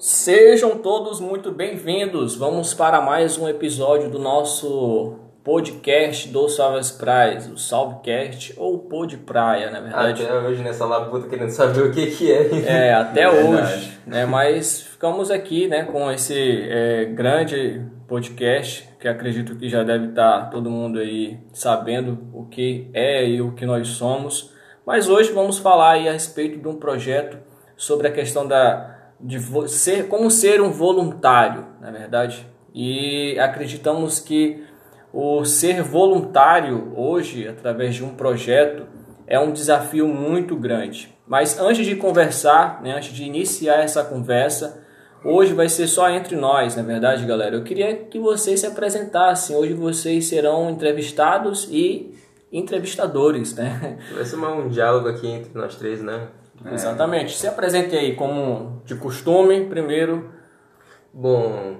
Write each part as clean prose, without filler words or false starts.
Sejam todos muito bem-vindos. Vamos para mais um episódio do nosso podcast do Salve as Praias, o Salvecast ou Pod Praia, na verdade. Até hoje nessa labuta querendo saber o que é. Até hoje, né? Mas ficamos aqui, né, com esse grande podcast, que acredito que já deve estar todo mundo aí sabendo o que é e o que nós somos. Mas hoje vamos falar aí a respeito de um projeto sobre a questão como ser um voluntário, na verdade. E acreditamos que o ser voluntário hoje, através de um projeto, é um desafio muito grande. Mas antes de conversar, né, antes de iniciar essa conversa, hoje vai ser só entre nós, na verdade, galera. Eu queria que vocês se apresentassem. Hoje vocês serão entrevistados e entrevistadores, né? Vai ser um diálogo aqui entre nós três, né? Exatamente. Se apresente aí como de costume, primeiro. Bom,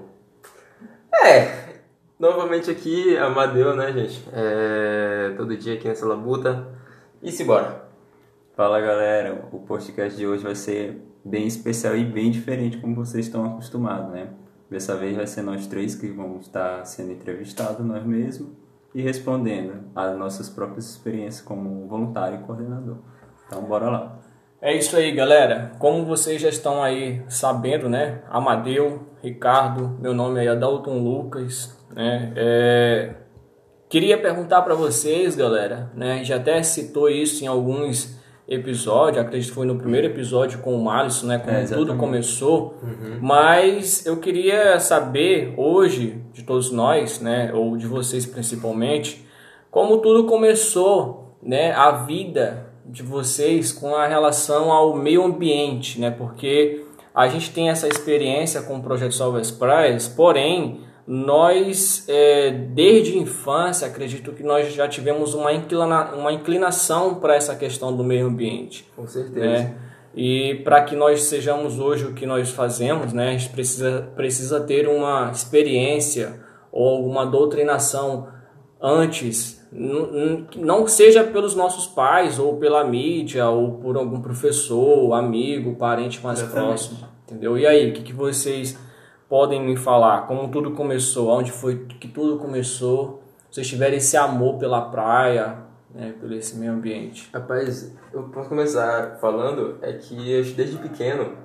novamente aqui, Amadeu, né, gente? Todo dia aqui nessa labuta. E simbora. Fala, galera, o podcast de hoje vai ser bem especial e bem diferente como vocês estão acostumados, né? Dessa vez vai ser nós três que vamos estar sendo entrevistados, nós mesmos, e respondendo às nossas próprias experiências como voluntário e coordenador. Então, bora lá. É isso aí, galera. Como vocês já estão aí sabendo, né? Amadeu, Ricardo, meu nome é Adalton Lucas, né? Queria perguntar para vocês, galera, né? A gente até citou isso em alguns episódios, acredito que foi no primeiro episódio com o Márcio, né? Como tudo começou. Mas eu queria saber hoje, de todos nós, né? Ou de vocês principalmente, como tudo começou, né? A vida de vocês com a relação ao meio ambiente, né? Porque a gente tem essa experiência com o Projeto Salve as Praias, porém, nós, desde a infância, acredito que nós já tivemos uma inclinação para essa questão do meio ambiente. Com certeza. Né? E para que nós sejamos hoje o que nós fazemos, né? A gente precisa ter uma experiência ou alguma doutrinação antes, não seja pelos nossos pais, ou pela mídia, ou por algum professor, amigo, parente mais próximo, entendeu? E aí, o que vocês podem me falar? Como tudo começou? Onde foi que tudo começou? Vocês tiverem esse amor pela praia, né, pelo esse meio ambiente? Rapaz, eu posso começar falando, que desde pequeno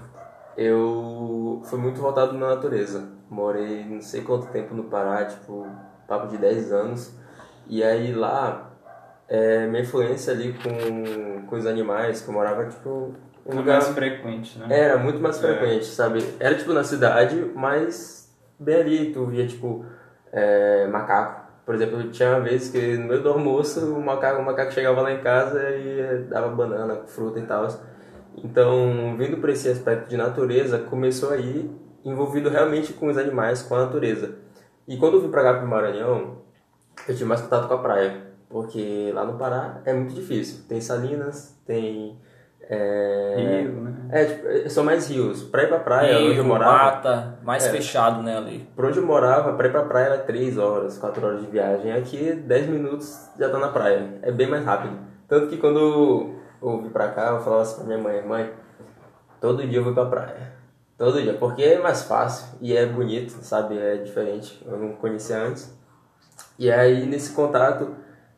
eu fui muito voltado na natureza. Morei não sei quanto tempo no Pará, papo de 10 anos. E aí lá, minha influência ali com os animais, que eu morava, um lugar mais frequente, né? Era muito mais frequente, sabe? Era, na cidade, mas bem ali, tu via, macaco. Por exemplo, tinha uma vez que no meio do almoço, o macaco chegava lá em casa e dava banana, fruta e tal. Então, vindo por esse aspecto de natureza, começou aí, envolvido realmente com os animais, com a natureza. E quando eu vim pra cá, pro Maranhão, eu tive mais contato com a praia, porque lá no Pará é muito difícil. Tem salinas, tem... Rio, né? São mais rios. Pra ir pra praia, Rio, onde eu morava... mata, mais fechado, né, ali. Por onde eu morava, pra ir pra praia era 3 horas, 4 horas de viagem. Aqui, 10 minutos já tá na praia. É bem mais rápido. Tanto que quando eu vim pra cá, eu falava assim pra minha mãe, todo dia eu vou pra praia. Todo dia, porque é mais fácil e é bonito, sabe? É diferente, eu não conhecia antes. E aí, nesse contato,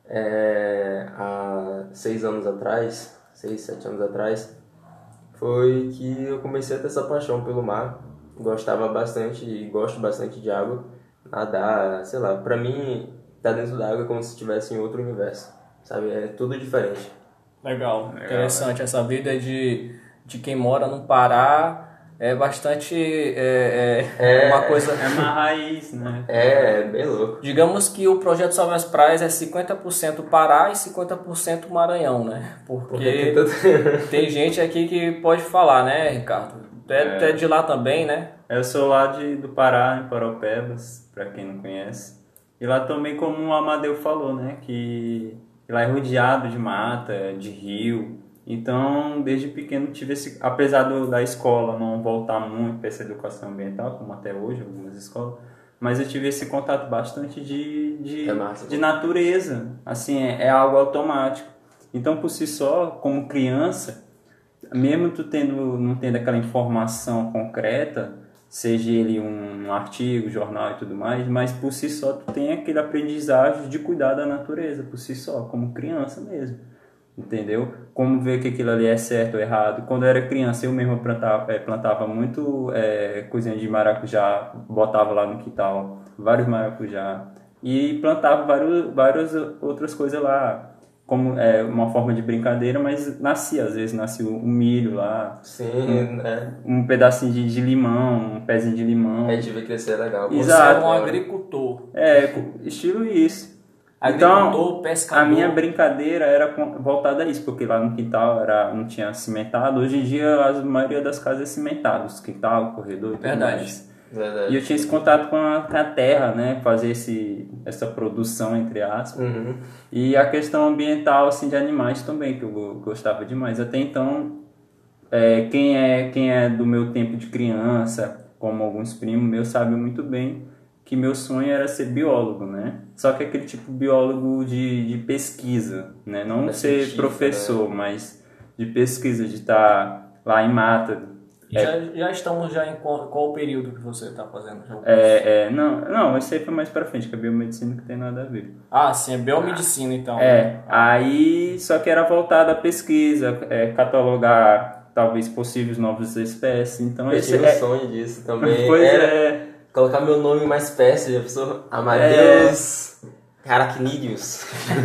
há 6 anos atrás, 6, 7 anos atrás, foi que eu comecei a ter essa paixão pelo mar. Gostava bastante e gosto bastante de água. Nadar, sei lá, pra mim, estar dentro da água é como se estivesse em outro universo, sabe? É tudo diferente. Legal. Interessante, né? Essa vida de quem mora no Pará é bastante... uma coisa... É uma raiz, né? É bem louco. Digamos que o Projeto Salve as Praias é 50% Pará e 50% Maranhão, né? Porque tem gente aqui que pode falar, né, Ricardo? Tu é de lá também, né? Eu sou lá do Pará, em Paropebas, pra quem não conhece. E lá também, como o Amadeu falou, né? Que lá é rodeado de mata, de rio. Então, desde pequeno tive apesar da escola não voltar muito para essa educação ambiental, como até hoje, algumas escolas, mas eu tive esse contato bastante de natureza, assim, é algo automático. Então, por si só, como criança, mesmo tu não tendo aquela informação concreta, seja ele um artigo, jornal e tudo mais, mas por si só tu tem aquele aprendizagem de cuidar da natureza, por si só, como criança mesmo, entendeu? Como ver que aquilo ali é certo ou errado. Quando eu era criança, eu mesmo plantava muito coisinha de maracujá, botava lá no quintal vários maracujá e plantava várias outras coisas lá, como uma forma de brincadeira, mas às vezes nascia um milho lá. Sim, Um pedacinho de limão, um pezinho de limão. A gente vê crescer é legal. Você Exato. é um agricultor. Estilo isso. Agricultor, Então, pescador. a minha brincadeira era voltada a isso, porque lá no quintal não tinha cimentado. Hoje em dia, a maioria das casas é cimentado, os quintal, corredor e tudo Verdade. mais. Verdade. E eu tinha esse contato com a terra, né? Fazer essa produção, entre aspas. Uhum. E a questão ambiental, assim, de animais também, que eu gostava demais. Até então, quem é do meu tempo de criança, como alguns primos meus, sabe muito bem que meu sonho era ser biólogo, né? Só que aquele tipo de biólogo de pesquisa, né? Não ser professor, mas de pesquisa, de estar lá em mata. Já estamos em qual período que você está fazendo? Não, esse aí foi mais pra frente, que é biomedicina que tem nada a ver. Ah, sim, é biomedicina então. Aí só que era voltado à pesquisa, catalogar talvez possíveis novas espécies. Então eu tive um sonho disso também. Pois colocar meu nome em uma espécie, a pessoa Amadeus Aracnídeos.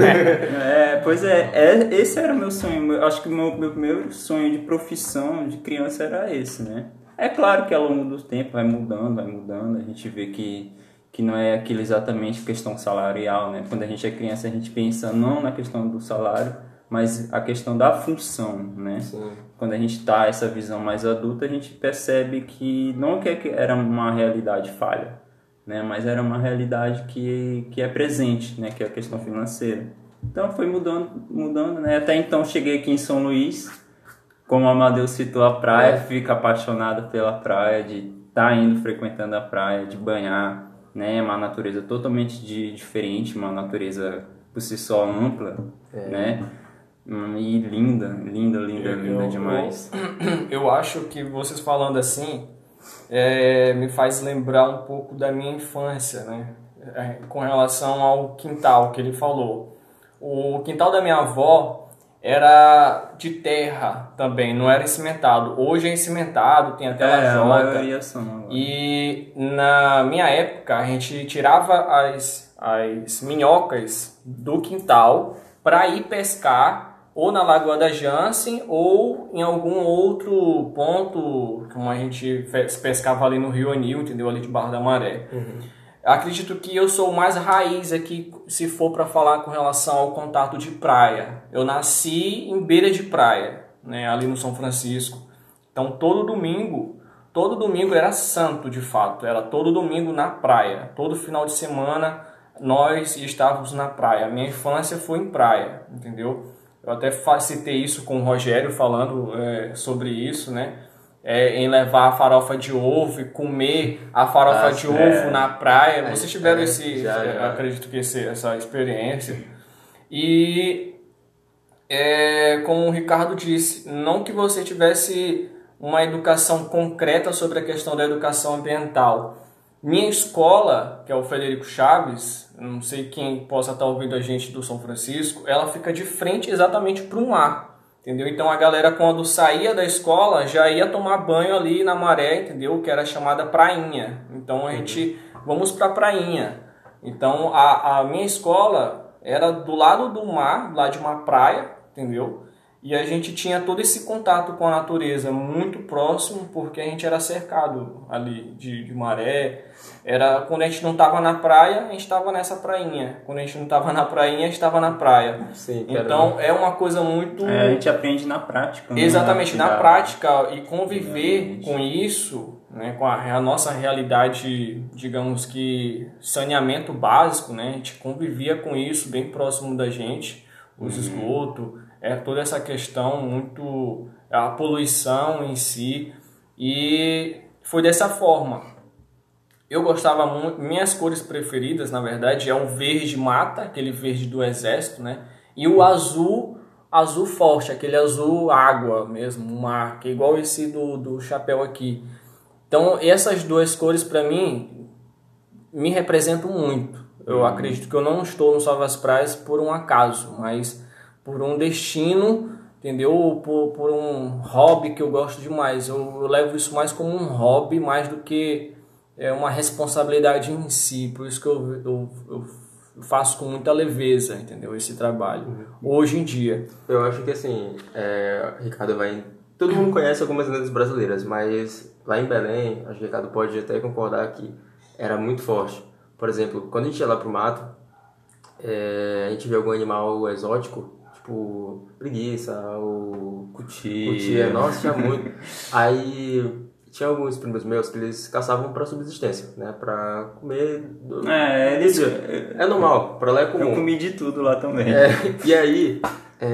Esse era o meu sonho. Eu acho que o meu primeiro sonho de profissão de criança era esse, né? É claro que ao longo do tempo vai mudando, a gente vê que não é aquilo exatamente questão salarial, né? Quando a gente é criança, a gente pensa não na questão do salário, mas a questão da função, né? Sim. Quando a gente tá essa visão mais adulta, a gente percebe que não que era uma realidade falha, né? Mas era uma realidade que é presente, né? Que é a questão financeira. Então foi mudando, né? Até então cheguei aqui em São Luís, como o Amadeu citou a praia, fico apaixonado pela praia, de estar indo frequentando a praia, de banhar, né? Uma natureza totalmente diferente, uma natureza por si só ampla, né? E linda demais. Eu acho que vocês falando assim me faz lembrar um pouco da minha infância, né? Com relação ao quintal que ele falou. O quintal da minha avó era de terra também, não era cimentado. Hoje é cimentado, tem até lajota. A maioria são. E na minha época a gente tirava as minhocas do quintal para ir pescar ou na Lagoa da Jansen ou em algum outro ponto, como a gente pescava ali no Rio Anil, entendeu? Ali de Barra da Maré. Uhum. Acredito que eu sou mais raiz aqui, se for para falar com relação ao contato de praia. Eu nasci em beira de praia, né? Ali no São Francisco. Então todo domingo era santo de fato, era todo domingo na praia. Todo final de semana nós estávamos na praia. A minha infância foi em praia, entendeu? Eu até citei isso com o Rogério falando sobre isso, né? Em levar a farofa de ovo e comer a farofa de ovo na praia. Vocês tiveram acredito que essa experiência. E como o Ricardo disse, não que você tivesse uma educação concreta sobre a questão da educação ambiental. Minha escola, que é o Frederico Chaves, não sei quem possa estar ouvindo a gente do São Francisco, ela fica de frente exatamente para o mar, entendeu? Então a galera quando saía da escola já ia tomar banho ali na maré, entendeu? Que era chamada prainha. Então a gente, vamos para a prainha. Então a minha escola era do lado do mar, lá de uma praia, entendeu? E a gente tinha todo esse contato com a natureza muito próximo, porque a gente era cercado ali de maré. Quando a gente não estava na praia, a gente estava nessa prainha. Quando a gente não estava na prainha, a gente estava na praia. Sim, então é uma coisa muito... a gente aprende na prática. Exatamente, na prática. E conviver com isso, né, com a nossa realidade, digamos que saneamento básico, né, a gente convivia com isso bem próximo da gente, os esgotos, toda essa questão muito, a poluição em si, e foi dessa forma. Eu gostava muito, minhas cores preferidas, na verdade, é o verde mata, aquele verde do exército, né, e o azul azul forte, aquele azul água mesmo, um mar, que é igual esse do chapéu aqui. Então, essas duas cores para mim me representam muito. Eu acredito que eu não estou no Salve as Praias por um acaso, mas por um destino, entendeu? Por um hobby que eu gosto demais. Eu levo isso mais como um hobby, mais do que uma responsabilidade em si. Por isso que eu faço com muita leveza, entendeu? Esse trabalho, hoje em dia. Eu acho que assim, Ricardo vai... Todo mundo conhece algumas lendas brasileiras, mas lá em Belém, acho que o Ricardo pode até concordar que era muito forte. Por exemplo, quando a gente ia lá pro mato, a gente vê algum animal exótico, tipo preguiça, o cutia, nossa, tinha muito. Aí tinha alguns primos meus que eles caçavam para subsistência, né, para comer. É normal, para lá é comum. Eu comi de tudo lá também. E aí,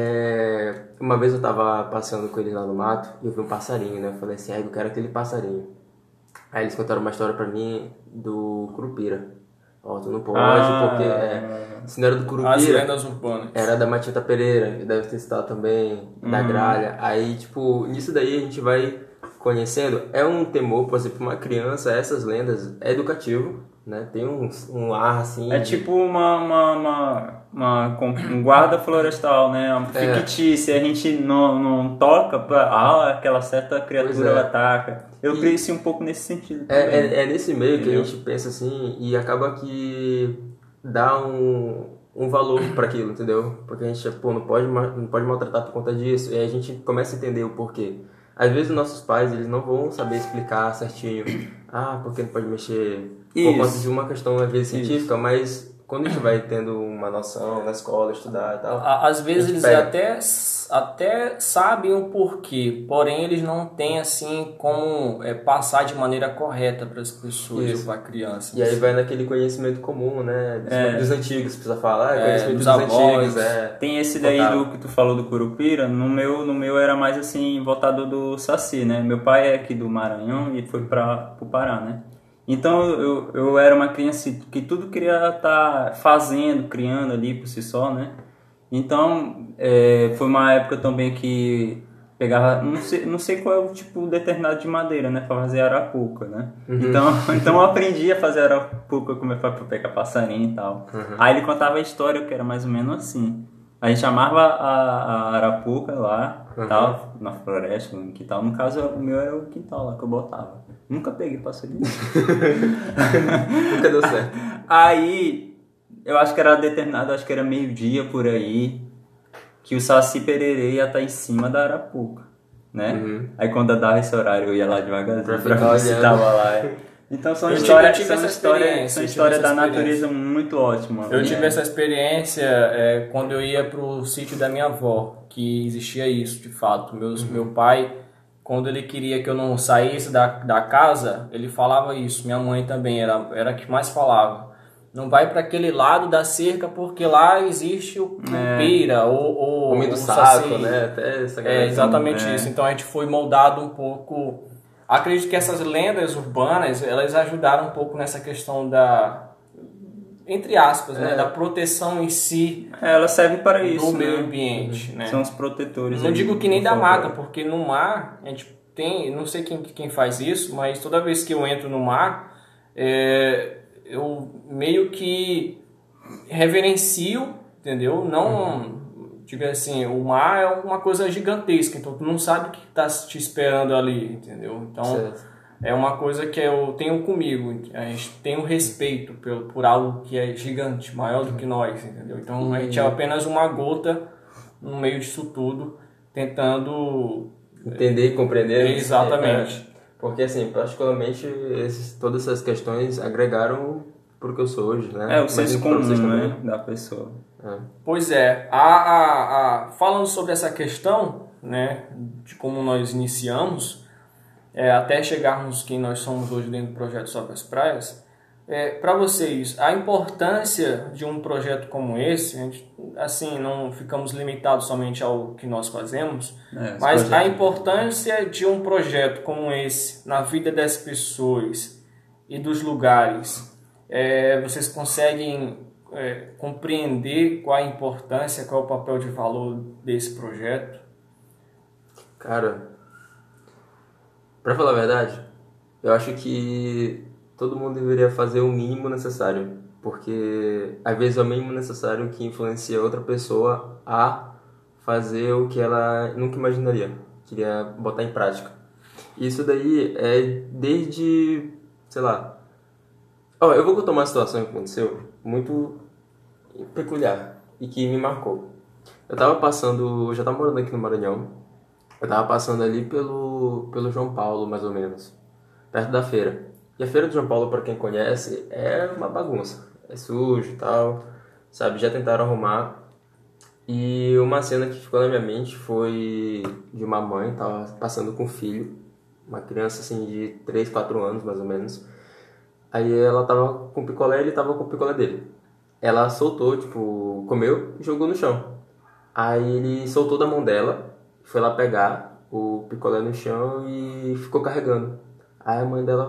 uma vez eu tava passeando com eles lá no mato e eu vi um passarinho, né? Eu falei assim, eu quero aquele passarinho. Aí eles contaram uma história pra mim do Curupira. Ó, tu não pode, porque se não era do Curupira... As lendas urbanas. Era da Matita Pereira, que deve ter citado também, da Gralha. Aí, tipo, nisso daí a gente vai conhecendo. É um temor, por exemplo, uma criança, essas lendas, é educativo, né? Tem um ar, assim... É tipo um guarda florestal, né? Fictícia, a gente não toca, aquela certa criatura ataca. Eu cresci um pouco nesse sentido também. É nesse meio que a gente pensa assim, e acaba que dá um valor para aquilo, entendeu? Porque a gente, não pode maltratar por conta disso, e aí a gente começa a entender o porquê. Às vezes os nossos pais, eles não vão saber explicar certinho, porque não pode mexer por conta de uma questão, às vezes, científica, mas quando a gente vai tendo uma noção na escola, estudar e tal... Às vezes eles até sabem o porquê, porém eles não têm, assim, como passar de maneira correta para as pessoas ou para crianças. E aí vai naquele conhecimento comum, né? Dos antigos, precisa falar, conhecimento dos avós, antigos. Tem esse daí do que tu falou do Curupira, no meu era mais, assim, voltado do Saci, né? Meu pai é aqui do Maranhão e foi pro Pará, né? Então eu era uma criança que tudo queria estar fazendo, criando ali por si só, né? Então foi uma época também que pegava, não sei qual é o tipo determinado de madeira, né? Pra fazer arapuca, né? Então eu aprendi a fazer arapuca, como é pra pegar passarinho e tal. Aí ele contava a história que era mais ou menos assim. A gente amarrava a arapuca lá, tal, na floresta, no quintal. No caso, o meu era o quintal lá que eu botava. Nunca peguei passarinho. Nunca deu certo. Aí, eu acho que era determinado, acho que era meio-dia por aí, que o Saci Pererê ia estar em cima da arapuca, né? Aí quando dava esse horário, eu ia lá devagarzinho pra ver se tava lá. Então são histórias da natureza muito ótimas. Eu tive essa experiência quando eu ia pro sítio da minha avó, que existia isso, de fato. Meu pai, quando ele queria que eu não saísse da casa, ele falava isso. Minha mãe também era a que mais falava. Não vai para aquele lado da cerca porque lá existe o pira ou o saco, né? Até essa exatamente isso. Então a gente foi moldado um pouco. Acredito que essas lendas urbanas, elas ajudaram um pouco nessa questão entre aspas, né, da proteção em si. Ela serve para isso, do meio ambiente, né? São os protetores. Não digo que nem da mata, porque no mar a gente tem, não sei quem faz isso, mas toda vez que eu entro no mar, eu meio que reverencio, entendeu? Não, diga assim, o mar é uma coisa gigantesca, então tu não sabe o que está te esperando ali, entendeu? Então é uma coisa que eu tenho comigo, a gente tem um respeito por algo que é gigante, maior do que nós, entendeu? Então a gente é apenas uma gota no meio disso tudo, tentando entender e compreender. Exatamente. Porque assim, particularmente todas essas questões agregaram pro que eu sou hoje, né? O senso comum, né, da pessoa. Pois falando sobre essa questão, né, de como nós iniciamos, até chegarmos quem nós somos hoje dentro do projeto Salve as Praias, para vocês, a importância de um projeto como esse, a gente, assim, não ficamos limitados somente ao que nós fazemos, mas a importância de um projeto como esse na vida das pessoas e dos lugares, vocês conseguem compreender qual a importância, qual é o papel de valor desse projeto? Cara, pra falar a verdade, eu acho que todo mundo deveria fazer o mínimo necessário, porque às vezes é o mínimo necessário que influencia outra pessoa a fazer o que ela nunca imaginaria, queria botar em prática. Isso daí é desde, sei lá... Ó, eu vou contar uma situação que aconteceu muito peculiar e que me marcou. Eu já tava morando aqui no Maranhão, eu tava passando ali pelo João Paulo, mais ou menos, perto da feira. E a feira do João Paulo, para quem conhece, é uma bagunça. É sujo e tal, sabe? Já tentaram arrumar. E uma cena que ficou na minha mente foi de uma mãe, tava passando com um filho, uma criança assim de 3, 4 anos, mais ou menos. Aí ela tava com picolé e ele tava com o picolé dele. Ela soltou, tipo, comeu e jogou no chão. Aí ele soltou da mão dela, foi lá pegar o picolé no chão e ficou carregando. Aí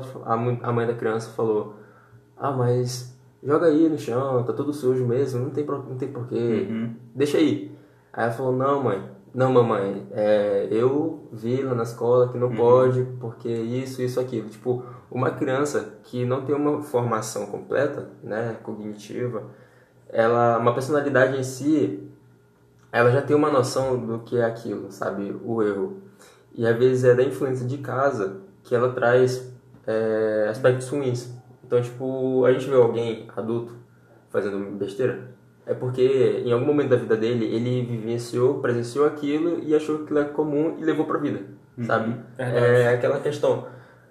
a mãe da criança falou: "Ah, mas joga aí no chão, tá tudo sujo mesmo, não tem porquê, deixa aí." Aí ela falou: não, mamãe, eu vi lá na escola que não pode, porque isso, aquilo." Tipo, uma criança que não tem uma formação completa, né, cognitiva, uma personalidade em si, ela já tem uma noção do que é aquilo, sabe, o erro. E às vezes é da influência de casa que ela traz aspectos ruins. Então, tipo, a gente vê alguém adulto fazendo besteira, é porque em algum momento da vida dele, ele presenciou aquilo e achou que aquilo é comum e levou pra vida, sabe? É aquela questão.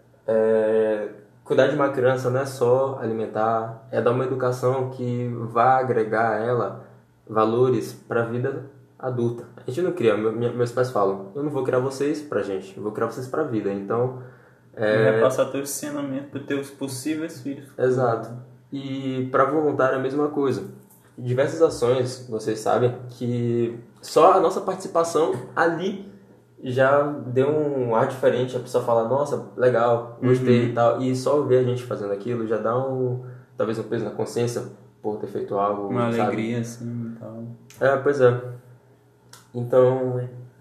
Cuidar de uma criança não é só alimentar, é dar uma educação que vai agregar a ela valores pra vida adulta. A gente não cria, meus pais falam: "Eu não vou criar vocês pra gente, eu vou criar vocês pra vida." Então, E vai passar teu ensinamento para teus possíveis filhos. exato. E para voluntário é a mesma coisa. Diversas ações, vocês sabem, que só a nossa participação ali já deu um ar diferente. A pessoa fala: "Nossa, legal, gostei e tal." E só ver a gente fazendo aquilo já dá talvez um peso na consciência por ter feito algo, Uma sabe? alegria, assim, e tal. Pois é. Então,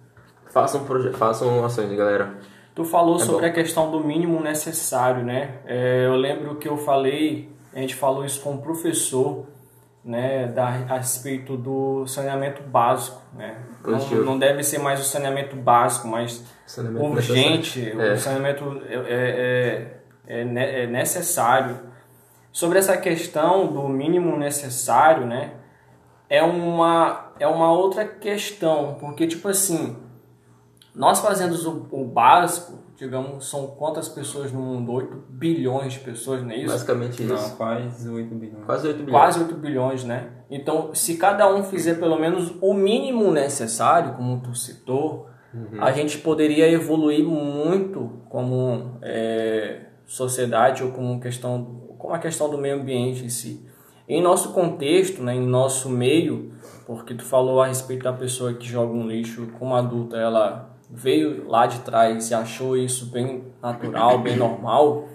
façam ações, galera. Tu falou sobre bom. a questão do mínimo necessário, né? Eu lembro que a gente falou isso com o professor, né, a respeito do saneamento básico, né? Não deve ser mais o saneamento básico, mas Saneamento urgente, necessário. o saneamento é necessário. Sobre essa questão do mínimo necessário, né, é uma outra questão, porque, tipo assim, nós fazendo o básico, digamos, são quantas pessoas no mundo? 8 bilhões de pessoas, não é isso? Basicamente isso. Não, quase 8 bilhões. Quase 8 bilhões. Quase 8 bilhões, né? Então, se cada um fizer pelo menos o mínimo necessário, como tu citou, a gente poderia evoluir muito como sociedade ou como a questão do meio ambiente em si. Em nosso contexto, né, em nosso meio, porque tu falou a respeito da pessoa que joga um lixo como adulta, ela veio lá de trás e achou isso bem natural, bem normal.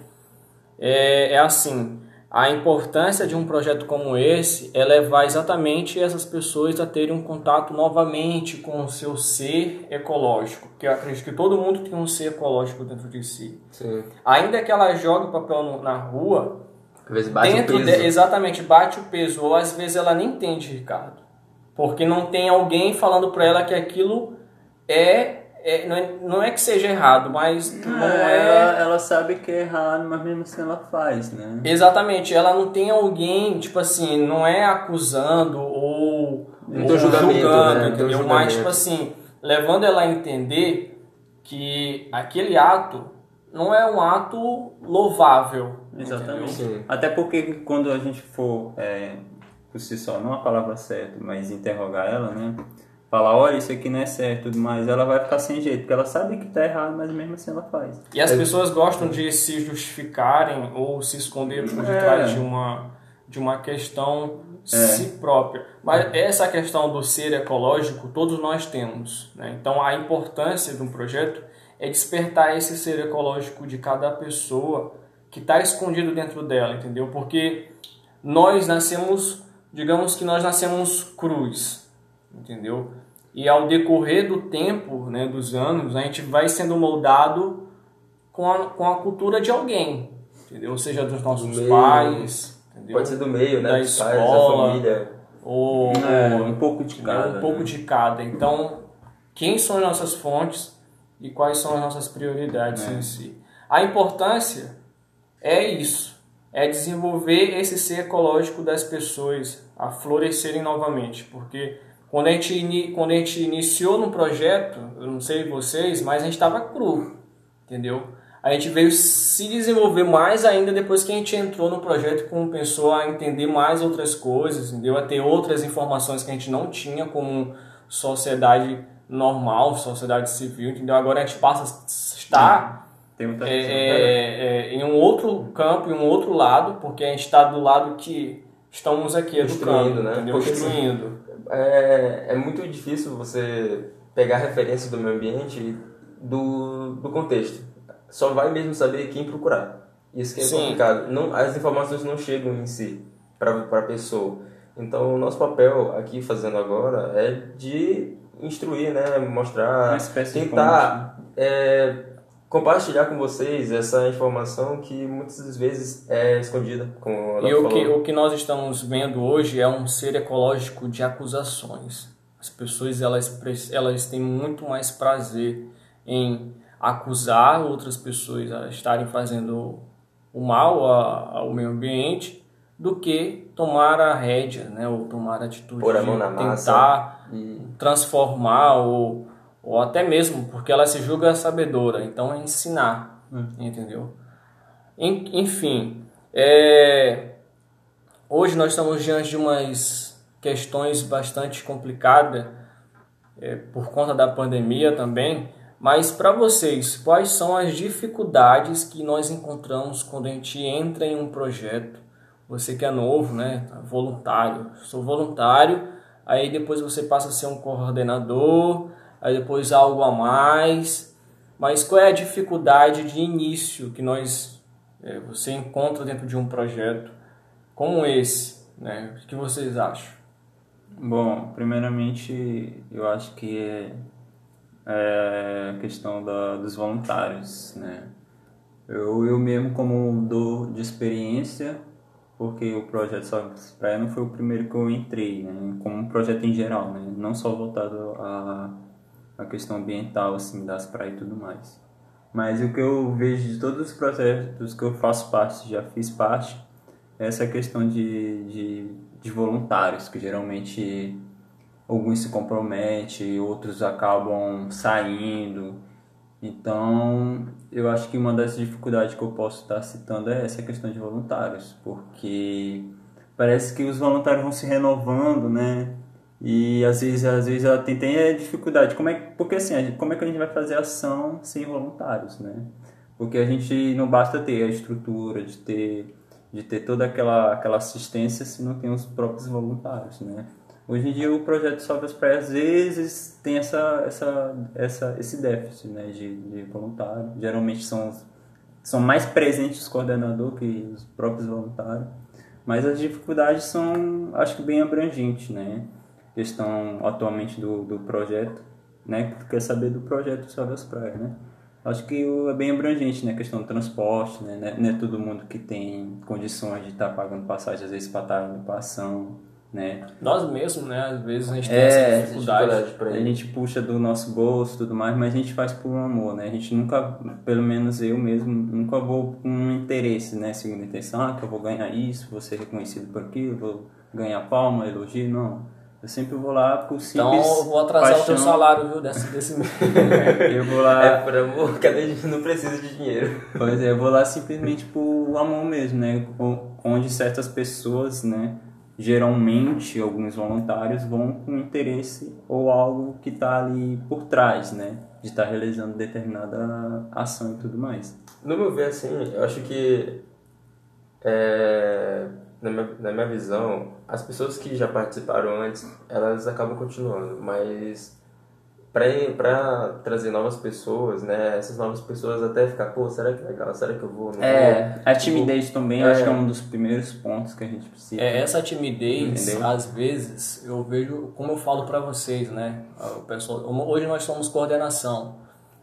Assim, a importância de um projeto como esse é levar exatamente essas pessoas a terem um contato novamente com o seu ser ecológico, porque eu acredito que todo mundo tem um ser ecológico dentro de si. Sim. Ainda que ela jogue o papel na rua, Às vezes bate o peso. Exatamente, bate o peso, ou às vezes ela nem entende, Ricardo, porque não tem alguém falando para ela que aquilo não é que seja errado, mas não é... Ela sabe que é errado, mas mesmo assim ela faz, né? Exatamente, ela não tem alguém, tipo assim, não é acusando ou julgando, né? entendeu? Mas, tipo assim, levando ela a entender que aquele ato não é um ato louvável. Exatamente. Sim. Até porque quando a gente for, por si só, não a palavra certa, mas interrogar ela, né? Falar: "Olha, isso aqui não é certo", e tudo mais, ela vai ficar sem jeito, porque ela sabe que tá errado, mas mesmo assim ela faz. E as pessoas gostam de se justificarem ou se esconder por detrás de uma questão si própria. Mas essa questão do ser ecológico, todos nós temos, né? Então a importância de um projeto é despertar esse ser ecológico de cada pessoa que está escondido dentro dela, entendeu? Porque nós nascemos digamos que nós nascemos cruz, entendeu? E ao decorrer do tempo, né, dos anos, a gente vai sendo moldado com a cultura de alguém, entendeu? Seja dos nossos pais, entendeu? Pode ser do meio, né? Da Dos escola, pais, da família. ou um pouco de cada. um pouco de cada. Então, quem são as nossas fontes e quais são as nossas prioridades em si? A importância é isso, é desenvolver esse ser ecológico das pessoas a florescerem novamente, porque quando a gente iniciou no projeto, eu não sei vocês, mas a gente estava cru, entendeu? A gente veio se desenvolver mais ainda depois que a gente entrou no projeto e começou a entender mais outras coisas, entendeu? A ter outras informações que a gente não tinha como sociedade normal, sociedade civil, entendeu? Agora a gente passa a estar em um outro campo, em um outro lado, porque a gente está do lado que estamos aqui educando, né? Entendeu? Construindo. É muito difícil você pegar referência do meio ambiente do contexto. Só vai mesmo saber quem procurar. Isso que é complicado. Não, as informações não chegam em si para a pessoa. Então, o nosso papel aqui fazendo agora é de instruir, né? Mostrar, tentar compartilhar com vocês essa informação que muitas vezes é escondida. E o que nós estamos vendo hoje é um ser ecológico de acusações. As pessoas elas têm muito mais prazer em acusar outras pessoas a estarem fazendo o mal ao meio ambiente do que tomar a rédea, né, ou tomar a atitude pôr a mão na tentar transformar ou até mesmo porque ela se julga sabedora, então é ensinar, entendeu? Enfim, hoje nós estamos diante de umas questões bastante complicadas por conta da pandemia também, mas para vocês, quais são as dificuldades que nós encontramos quando a gente entra em um projeto? Você que é novo, né? Voluntário. Sou voluntário, aí depois você passa a ser um coordenador, aí depois algo a mais. Mas qual é a dificuldade de início que você encontra dentro de um projeto como esse, né? O que vocês acham? Bom, primeiramente eu acho que é a questão dos voluntários, né? Eu mesmo como dou de experiência, porque o projeto Salve Praia não foi o primeiro que eu entrei, né? Como um projeto em geral, né? Não só voltado à questão ambiental, assim, das praias e tudo mais. Mas o que eu vejo de todos os projetos que eu faço parte, já fiz parte, é essa questão de voluntários, que geralmente alguns se comprometem, outros acabam saindo. Então, eu acho que uma das dificuldades que eu posso estar citando é essa questão de voluntários, porque parece que os voluntários vão se renovando, né? E às vezes ela tem dificuldade. Porque assim, como é que a gente vai fazer ação sem voluntários, né? Porque a gente não basta ter a estrutura de ter toda aquela assistência se não tem os próprios voluntários, né? Hoje em dia o projeto Salve as Praias às vezes tem esse déficit, né, de voluntário. Geralmente são mais presentes os coordenadores que os próprios voluntários. Mas as dificuldades são, acho que, bem abrangentes, né? Questão atualmente do projeto, né? Quer saber do projeto Salve as Praias, né? Acho que é bem abrangente, né? Questão do transporte, né? Não é todo mundo que tem condições de estar pagando passagem, às vezes, para estar indo para ação, né? Nós mesmos, né? Às vezes a gente tem essa dificuldade. A gente puxa do nosso bolso e tudo mais, mas a gente faz por um amor, né? A gente nunca, pelo menos eu mesmo, nunca vou com um interesse, né? Segundo a intenção, que eu vou ganhar isso, vou ser reconhecido por aquilo, vou ganhar palma, elogio, não. Eu sempre vou lá por simples Então eu vou atrasar paixão. o teu salário, viu? Desse mês. Eu vou lá... por amor, cada gente não precisa de dinheiro. Pois é, eu vou lá simplesmente por amor mesmo, né? Onde certas pessoas, né? Geralmente, alguns voluntários vão com interesse ou algo que está ali por trás, né? De estar realizando determinada ação e tudo mais. No meu ver, assim, eu acho que, na minha visão, as pessoas que já participaram antes, elas acabam continuando, mas pra trazer novas pessoas, né? Essas novas pessoas até ficar, pô, será que é legal? Será que eu vou? Não vou? A timidez também, eu acho que é um dos primeiros pontos que a gente precisa. Essa timidez, Entendeu? às vezes, eu vejo, como eu falo para vocês, né? O pessoal, hoje nós somos coordenação,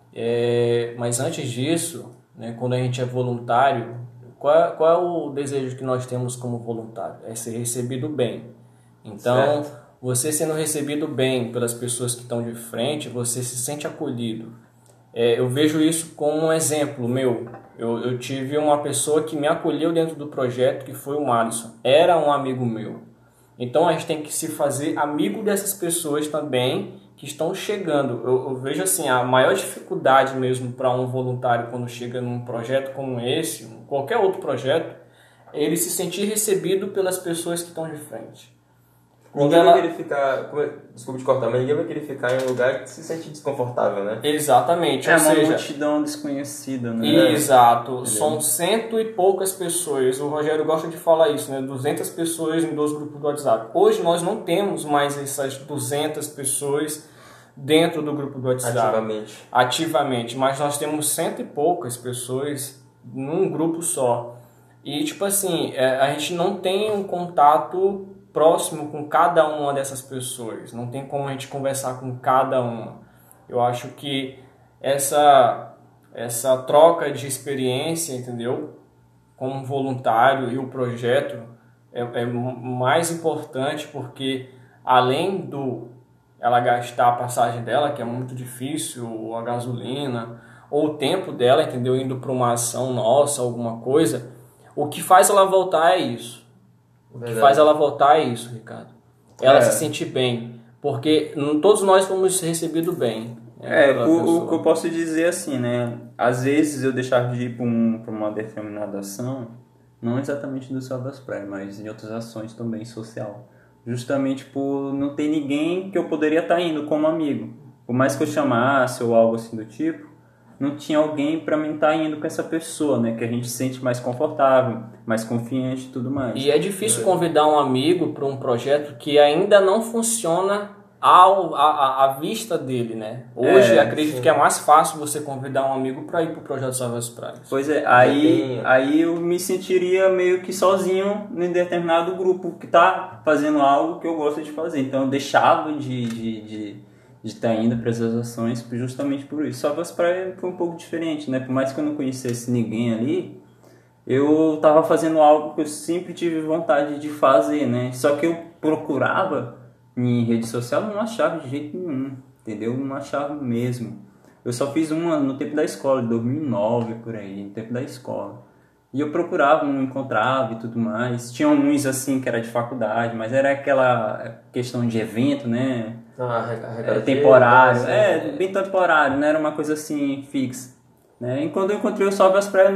mas antes disso, né, quando a gente é voluntário, qual é o desejo que nós temos como voluntário? É ser recebido bem. Então, você sendo recebido bem pelas pessoas que estão de frente, você se sente acolhido. Eu vejo isso como um exemplo meu. Eu tive uma pessoa que me acolheu dentro do projeto, que foi o Madison. Era um amigo meu. Então a gente tem que se fazer amigo dessas pessoas também que estão chegando. Eu vejo assim, a maior dificuldade mesmo para um voluntário quando chega num projeto como esse, qualquer outro projeto, é ele se sentir recebido pelas pessoas que estão de frente. Ninguém vai querer ficar, desculpa te cortar, mas ninguém vai querer ficar em um lugar que se sente desconfortável, né? Exatamente. É ou uma seja, multidão desconhecida, né? Exato. Entendeu? São 100 e poucas pessoas. O Rogério gosta de falar isso, né? 200 pessoas em 2 grupos do WhatsApp. Hoje nós não temos mais essas 200 pessoas dentro do grupo do WhatsApp. Ativamente. Mas nós temos 100 e poucas pessoas num grupo só. E tipo assim, a gente não tem um contato próximo com cada uma dessas pessoas. Não tem como a gente conversar com cada uma. Eu acho que essa troca de experiência, entendeu? Como voluntário e o projeto é mais importante porque além do ela gastar a passagem dela, que é muito difícil, ou a gasolina, ou o tempo dela, entendeu? Indo para uma ação nossa, alguma coisa, o que faz ela voltar é isso. O que faz ela voltar é isso, Ricardo. Ela se sentir bem. Porque todos nós fomos recebidos bem. O que eu posso dizer assim, né? Às vezes eu deixava de ir para uma determinada ação, não exatamente do Céu das Praias, mas em outras ações também social. Justamente por não ter ninguém que eu poderia estar indo como amigo. Por mais que eu chamasse ou algo assim do tipo, não tinha alguém para mim estar indo com essa pessoa, né? Que a gente se sente mais confortável, mais confiante e tudo mais. E é difícil convidar um amigo para um projeto que ainda não funciona à vista dele, né? Hoje acredito que é mais fácil você convidar um amigo para ir para o projeto Salve as Praias. Pois é, aí eu me sentiria meio que sozinho em determinado grupo que está fazendo algo que eu gosto de fazer. Então eu deixava de estar indo para essas ações justamente por isso. Salve as Praias foi um pouco diferente, né? Por mais que eu não conhecesse ninguém ali, eu estava fazendo algo que eu sempre tive vontade de fazer, né? Só que eu procurava em rede social, não achava de jeito nenhum, entendeu? Não achava mesmo. Eu só fiz uma no tempo da escola, de 2009, por aí, no tempo da escola. E eu procurava, não encontrava e tudo mais. Tinha uns assim que era de faculdade, mas era aquela questão de evento, né? Temporário. Bem temporário, não era uma coisa assim fixa. Né? E quando eu encontrei o Salve as Praias,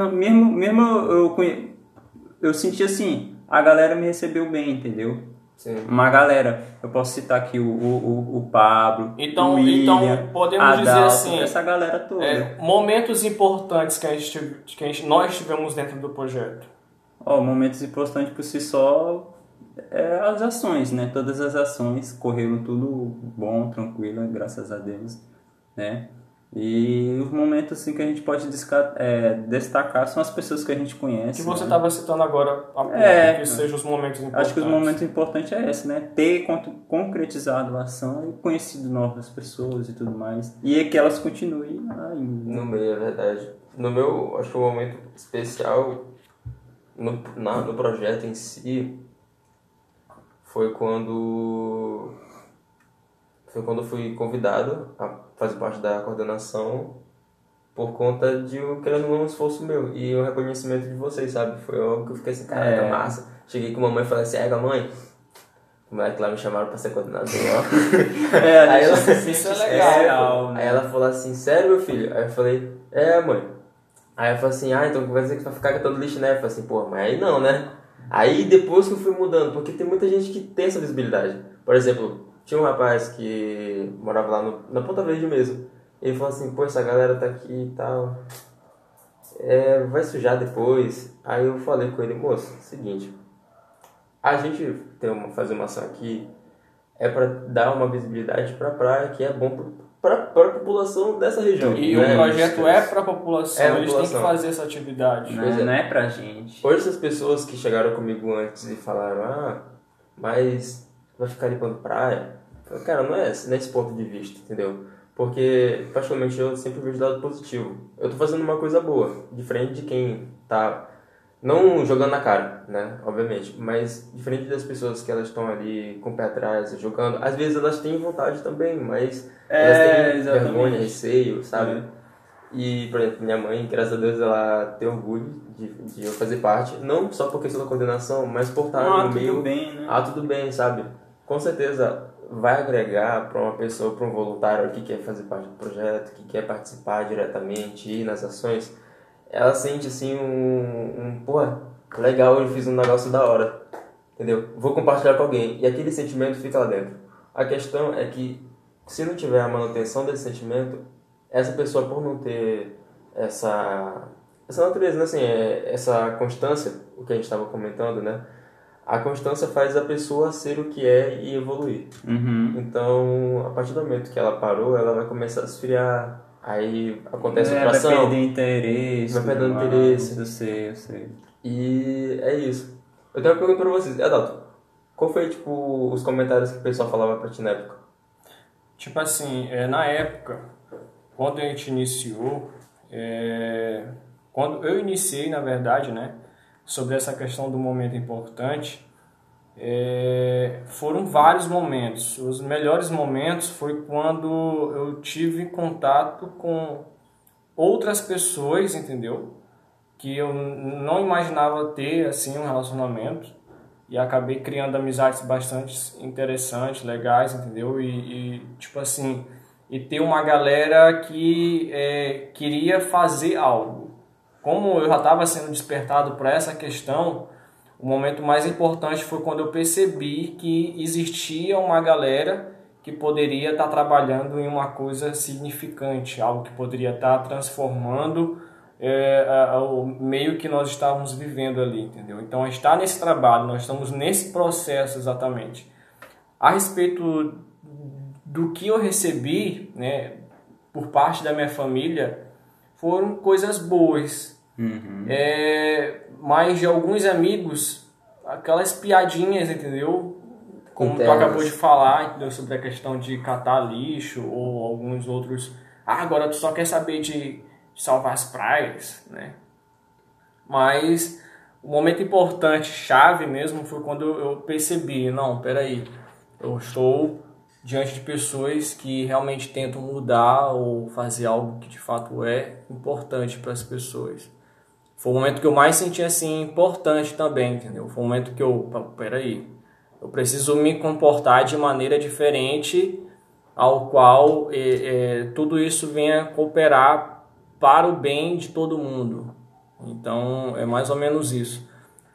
eu senti assim, a galera me recebeu bem, entendeu? Sim. Uma galera, eu posso citar aqui o Pablo, então, o William, então podemos Adalto, dizer assim, essa galera toda. Momentos importantes que nós tivemos dentro do projeto. Momentos importantes por si só as ações, né? Todas as ações correram tudo bom, tranquilo, graças a Deus, né? E os momentos assim, que a gente pode destacar são as pessoas que a gente conhece. Que você né? estava citando agora, a ponto que sejam os momentos importantes. Acho que os momentos importantes é esse, né? Ter concretizado a ação e conhecido novas pessoas e tudo mais. E é que elas continuem ainda. No meu, é verdade. No meu, acho que o momento especial no projeto em si foi quando eu fui convidado a fazer parte da coordenação por conta de um esforço meu e um reconhecimento de vocês, sabe? Foi algo que eu fiquei assim, caraca, massa. Cheguei com a mamãe e falei assim, mãe, o moleque lá me chamaram pra ser coordenador, ó. Aí ela falou assim, isso é legal. Aí ela falou assim, sério, meu filho? Aí eu falei, mãe. Aí eu falei assim, então vai dizer que vai ficar catando lixo, né? Eu falei assim, pô, mas aí não, né? Aí depois que eu fui mudando, porque tem muita gente que tem essa visibilidade. Por exemplo, tinha um rapaz que morava lá na Ponta Verde mesmo. Ele falou assim, pô, essa galera tá aqui e tal, vai sujar depois. Aí eu falei com ele, moço, seguinte, a gente fazer uma ação aqui é pra dar uma visibilidade pra praia que é bom para a população dessa região. E né? o projeto é para a população, eles têm que população. fazer essa atividade. Não é pra gente. Hoje essas pessoas que chegaram comigo antes e falaram, mas vai ficar limpando praia? Eu falei, cara, não é nesse ponto de vista, entendeu? Porque, particularmente, eu sempre vejo do lado positivo. Eu tô fazendo uma coisa boa, diferente de quem tá, não jogando na cara, né, obviamente, mas diferente das pessoas que elas estão ali com o pé atrás, jogando. Às vezes elas têm vontade também, mas elas têm exatamente. vergonha, receio, sabe? É. E, por exemplo, minha mãe, graças a Deus, ela tem orgulho de eu fazer parte, não só por questão da coordenação, mas por estar no meio... tudo bem, né? tudo bem, sabe? Com certeza vai agregar para uma pessoa, para um voluntário que quer fazer parte do projeto, que quer participar diretamente, ir nas ações. Ela sente, assim, pô, legal, eu fiz um negócio da hora, entendeu? Vou compartilhar com alguém. E aquele sentimento fica lá dentro. A questão é que, se não tiver a manutenção desse sentimento, essa pessoa, por não ter essa natureza, né, assim, essa constância, o que a gente estava comentando, né? A constância faz a pessoa ser o que é e evoluir. Uhum. Então, a partir do momento que ela parou, ela vai começar a esfriar. Aí acontece Vai atração. perder interesse. Vai perdendo interesse. Eu sei. E é isso. Eu tenho uma pergunta pra vocês. Adalto, qual foi, tipo, os comentários que o pessoal falava pra ti na época? Tipo assim, na época, quando a gente iniciou, quando eu iniciei, na verdade, né, sobre essa questão do momento importante, foram vários momentos. Os melhores momentos foi quando eu tive contato com outras pessoas, entendeu? Que eu não imaginava ter assim um relacionamento, e acabei criando amizades bastante interessantes, legais, entendeu? E tipo assim, e ter uma galera que queria fazer algo. Como eu já estava sendo despertado para essa questão, o momento mais importante foi quando eu percebi que existia uma galera que poderia estar trabalhando em uma coisa significante, algo que poderia estar transformando o meio que nós estávamos vivendo ali, entendeu? Então, está nesse trabalho, nós estamos nesse processo exatamente. A respeito do que eu recebi, né, por parte da minha família, foram coisas boas. Uhum. Mas de alguns amigos, aquelas piadinhas, entendeu? Como tu acabou de falar, entendeu? Sobre a questão de catar lixo ou alguns outros. Agora tu só quer saber de salvar as praias, né? Mas o momento importante, chave mesmo, foi quando eu percebi, não, peraí, eu estou diante de pessoas que realmente tentam mudar ou fazer algo que de fato é importante para as pessoas. Foi o momento que eu mais senti assim importante também, entendeu? Foi o momento que peraí, eu preciso me comportar de maneira diferente, ao qual tudo isso venha cooperar para o bem de todo mundo. Então é mais ou menos isso.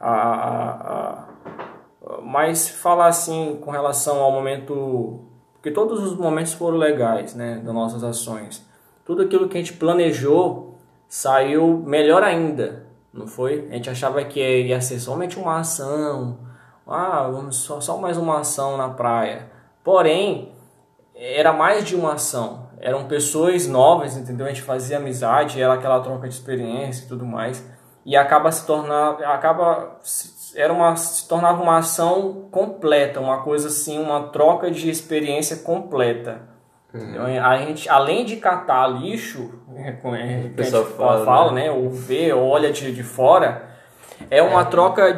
Mas falar assim com relação ao momento, porque todos os momentos foram legais, né, das nossas ações. Tudo aquilo que a gente planejou saiu melhor ainda, não foi? A gente achava que ia ser somente uma ação, só mais uma ação na praia. Porém, era mais de uma ação. Eram pessoas novas, entendeu? A gente fazia amizade, era aquela troca de experiência e tudo mais. E se tornava uma ação completa, uma coisa assim, uma troca de experiência completa. Então, a gente, além de catar lixo, o pessoal fala, né? Ou vê, ou olha de fora, é uma troca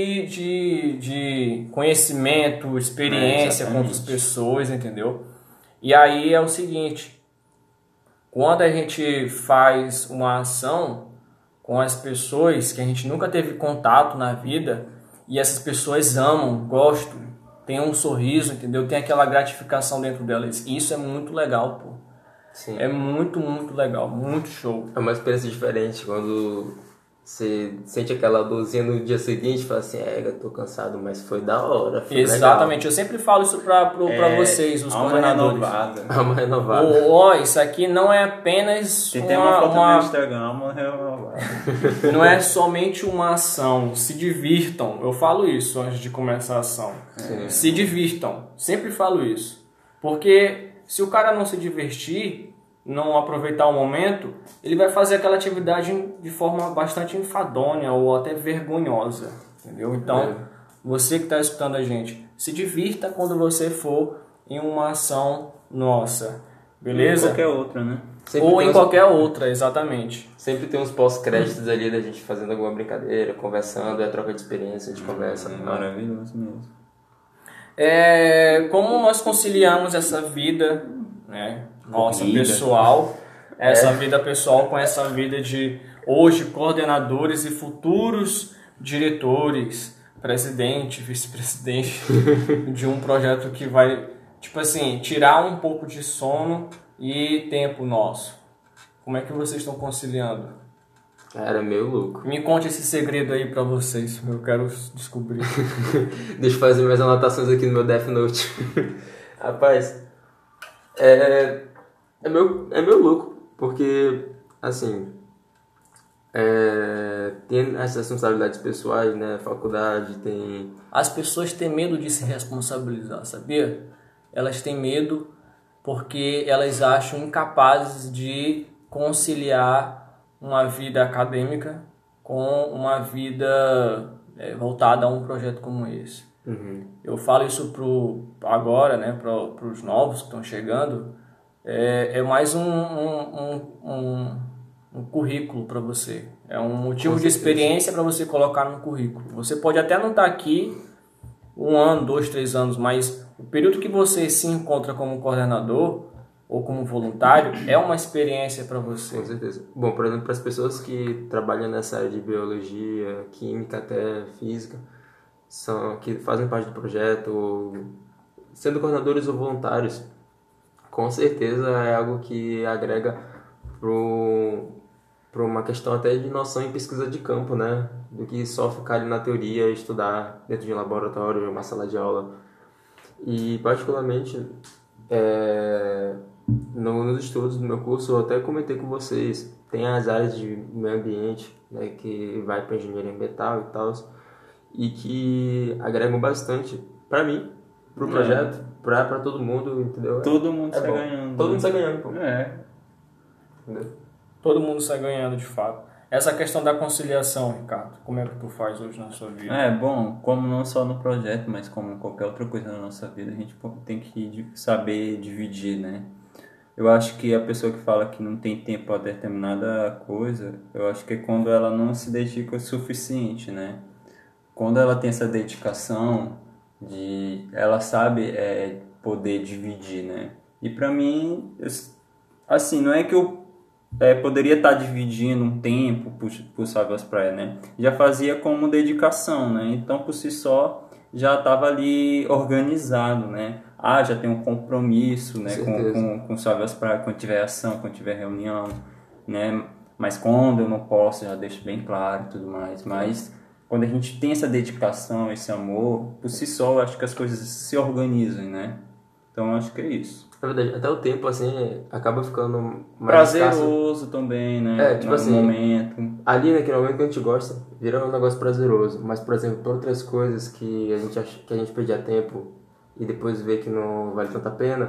de conhecimento, experiência com outras pessoas, entendeu? E aí é o seguinte, quando a gente faz uma ação com as pessoas que a gente nunca teve contato na vida, e essas pessoas amam, gostam, tem um sorriso, entendeu? Tem aquela gratificação dentro delas. Isso é muito legal, pô. Sim. É muito, muito legal, muito show. É uma experiência diferente quando você sente aquela dorzinha no dia seguinte e fala assim, eu tô cansado, mas foi da hora, foi Exatamente, legal. eu sempre falo isso pra vocês, os coordenadores. Alma renovada. Isso aqui não é apenas tem uma foto no Instagram, alma renovada. Não é somente uma ação, se divirtam. Eu falo isso antes de começar a ação. Se divirtam, sempre falo isso. Porque se o cara não se divertir, não aproveitar o momento, ele vai fazer aquela atividade de forma bastante enfadonha ou até vergonhosa, entendeu? Então, você que está escutando a gente, se divirta quando você for em uma ação nossa, beleza? Ou qualquer outra, né? Ou em qualquer outra, exatamente. Sempre tem uns pós-créditos ali da gente fazendo alguma brincadeira, conversando, é troca de experiência, a gente conversa. Maravilhoso mesmo. Como nós conciliamos essa vida, né, nossa Corrida. pessoal, essa vida pessoal com essa vida de hoje coordenadores e futuros diretores, presidente, vice-presidente de um projeto que vai, tipo assim, tirar um pouco de sono e tempo nosso. Como é que vocês estão conciliando? Era meio louco. Me conte esse segredo aí pra vocês, eu quero descobrir. Deixa eu fazer minhas anotações aqui no meu Death Note. Rapaz, é meio louco, porque, assim, tem as responsabilidades pessoais, né, faculdade, tem... As pessoas têm medo de se responsabilizar, sabia? Elas têm medo porque elas acham incapazes de conciliar uma vida acadêmica com uma vida voltada a um projeto como esse. Uhum. Eu falo isso agora, né, para os novos que estão chegando, é mais um currículo para você. É um motivo de experiência para você colocar no currículo. Você pode até não estar aqui 1 ano, 2, 3 anos, mas o período que você se encontra como coordenador ou como voluntário é uma experiência para você. Com certeza. Bom, por exemplo, para as pessoas que trabalham nessa área de biologia, química, até física, que fazem parte do projeto, ou sendo coordenadores ou voluntários, com certeza é algo que agrega para uma questão até de noção em pesquisa de campo, né? Do que só ficar ali na teoria, estudar dentro de um laboratório, uma sala de aula. E, particularmente, nos estudos do meu curso, eu até comentei com vocês, tem as áreas de meio ambiente, né, que vai para engenharia ambiental e tal, e que agregam bastante para mim, pro projeto, para todo mundo, entendeu? Todo mundo sai ganhando. Todo mundo sai ganhando, pô. Entendeu? Todo mundo sai ganhando, de fato. Essa questão da conciliação, Ricardo, como é que tu faz hoje na sua vida? Bom, como não só no projeto, mas como qualquer outra coisa na nossa vida, a gente tem que saber dividir, né? Eu acho que a pessoa que fala que não tem tempo para determinada coisa, eu acho que é quando ela não se dedica o suficiente, né? Quando ela tem essa dedicação, ela sabe poder dividir, né? E pra mim, assim, não é que eu poderia estar dividindo um tempo por Salve as Praias, né? Já fazia como dedicação, né? Então, por si só, já estava ali organizado, né? Já tem um compromisso, né? Com Salve as Praias, quando tiver ação, quando tiver reunião, né? Mas quando eu não posso, já deixo bem claro e tudo mais. Mas quando a gente tem essa dedicação, esse amor, por si só, eu acho que as coisas se organizam, né? Então, eu acho que é isso. Na verdade, até o tempo, assim, acaba ficando mais prazeroso escasso. Também, né? Tipo assim, momento. Ali naquele momento que a gente gosta, vira um negócio prazeroso. Mas, por exemplo, por outras coisas que a gente perdia tempo e depois vê que não vale tanta pena,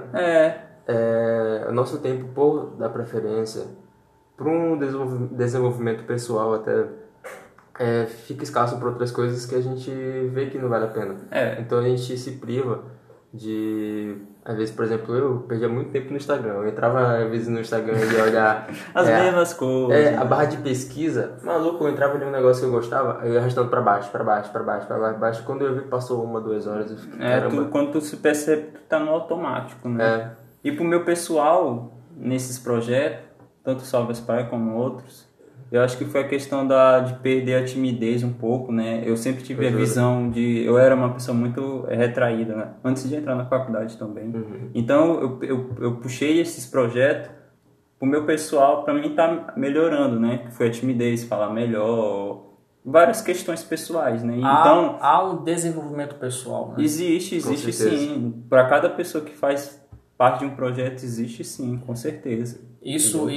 o nosso tempo, por dar preferência para um desenvolvimento pessoal até, fica escasso por outras coisas que a gente vê que não vale a pena. Então a gente se priva de... Às vezes, por exemplo, eu perdia muito tempo no Instagram. Eu entrava, às vezes, no Instagram e ia olhar... As mesmas coisas. A barra de pesquisa. Maluco, eu entrava ali num negócio que eu gostava, eu ia arrastando pra baixo. Quando eu vi que passou 1, 2 horas, eu fiquei, caramba. Quando tu se percebe, tu tá no automático, né? E pro meu pessoal, nesses projetos, tanto Salve as Praias como outros, eu acho que foi a questão de perder a timidez um pouco, né? Eu sempre tive a visão eu era uma pessoa muito retraída, né? Antes de entrar na faculdade também. Uhum. Então, eu puxei esses projetos pro meu pessoal, para mim tá melhorando, né? Que foi a timidez, falar melhor, várias questões pessoais, né? Então, há um desenvolvimento pessoal, né? Existe sim. Para cada pessoa que faz parte de um projeto, existe sim, com certeza. Isso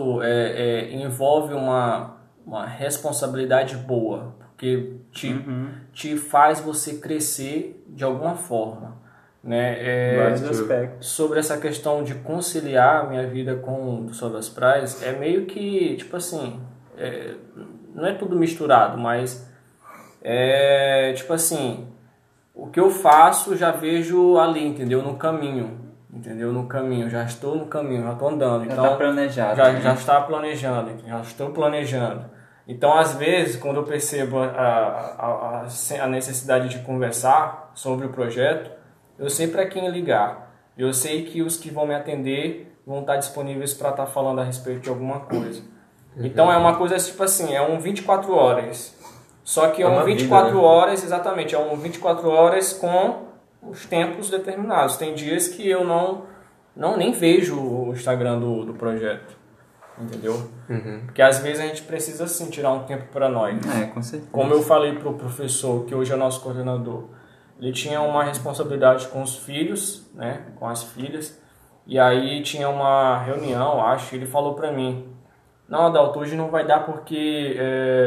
envolve uma responsabilidade boa, porque te faz você crescer de alguma forma. né? Vários aspectos. Sobre essa questão de conciliar a minha vida com o Sol das Praias, é meio que, tipo assim, não é tudo misturado, mas tipo assim, o que eu faço já vejo ali, entendeu? No caminho, entendeu? No caminho, já estou no caminho, já estou andando. Então, Está planejado. já está planejando, já estou planejando. Então, às vezes, quando eu percebo a necessidade de conversar sobre o projeto, eu sei para quem ligar. Eu sei que os que vão me atender vão estar disponíveis para estar falando a respeito de alguma coisa. Então, é uma coisa tipo assim, é um 24 horas. Só que é um 24 vida, né? horas, exatamente, é um 24 horas com os tempos determinados. Tem dias que eu nem vejo o Instagram do projeto, entendeu? Porque às vezes a gente precisa sim tirar um tempo para nós. Com certeza. Como eu falei para o professor, que hoje é nosso coordenador, ele tinha uma responsabilidade com os filhos, né, com as filhas, e aí tinha uma reunião, acho, e ele falou para mim, não, Adalto, hoje não vai dar porque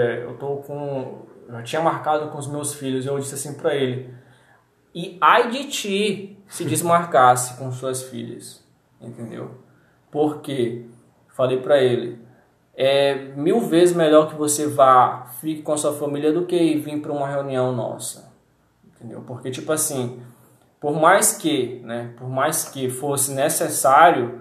eu tinha marcado com os meus filhos. Eu disse assim para ele, e ai de ti se desmarcasse com suas filhas, entendeu? Porque falei para ele, é 1000 vezes melhor que você fique com a sua família do que vir para uma reunião nossa, entendeu? Porque tipo assim, por mais que fosse necessário,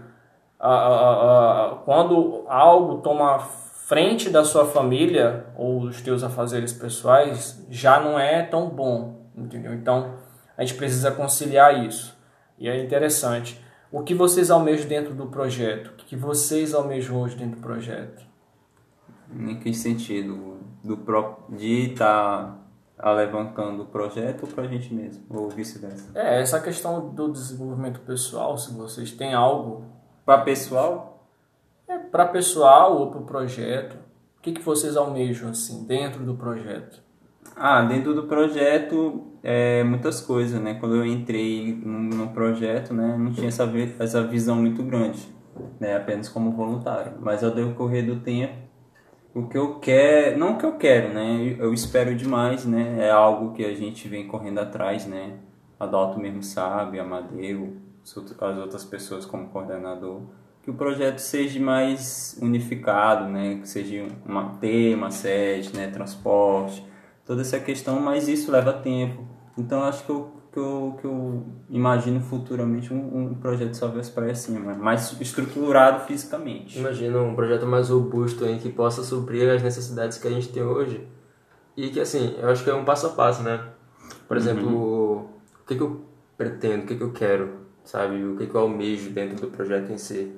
quando algo toma frente da sua família ou dos teus afazeres pessoais, já não é tão bom, entendeu? Então, a gente precisa conciliar isso. E é interessante. O que vocês almejam dentro do projeto? O que vocês almejam hoje dentro do projeto? Em que sentido? De estar alavancando o projeto ou para a gente mesmo? Ou vice-versa? Essa questão do desenvolvimento pessoal, se vocês têm algo... Para pessoal? Para pessoal ou para o projeto. O que vocês almejam assim, dentro do projeto? Dentro do projeto, muitas coisas, né? Quando eu entrei no projeto, né, não tinha essa visão muito grande, né? Apenas como voluntário. Mas ao decorrer do tempo, o que eu quero, não o que eu quero, né? Eu espero demais, né? É algo que a gente vem correndo atrás, né? Adalto mesmo sabe, Amadeu, as outras pessoas como coordenador, que o projeto seja mais unificado, né? Que seja uma sede, né? Transporte, toda essa questão, mas isso leva tempo. Então acho que eu imagino futuramente um projeto de Salve as Praias assim, mais estruturado fisicamente. Imagina um projeto mais robusto em que possa suprir as necessidades que a gente tem hoje. E que assim, eu acho que é um passo a passo, né? Por exemplo, o que eu pretendo, o que eu quero, sabe? O que eu almejo dentro do projeto em si.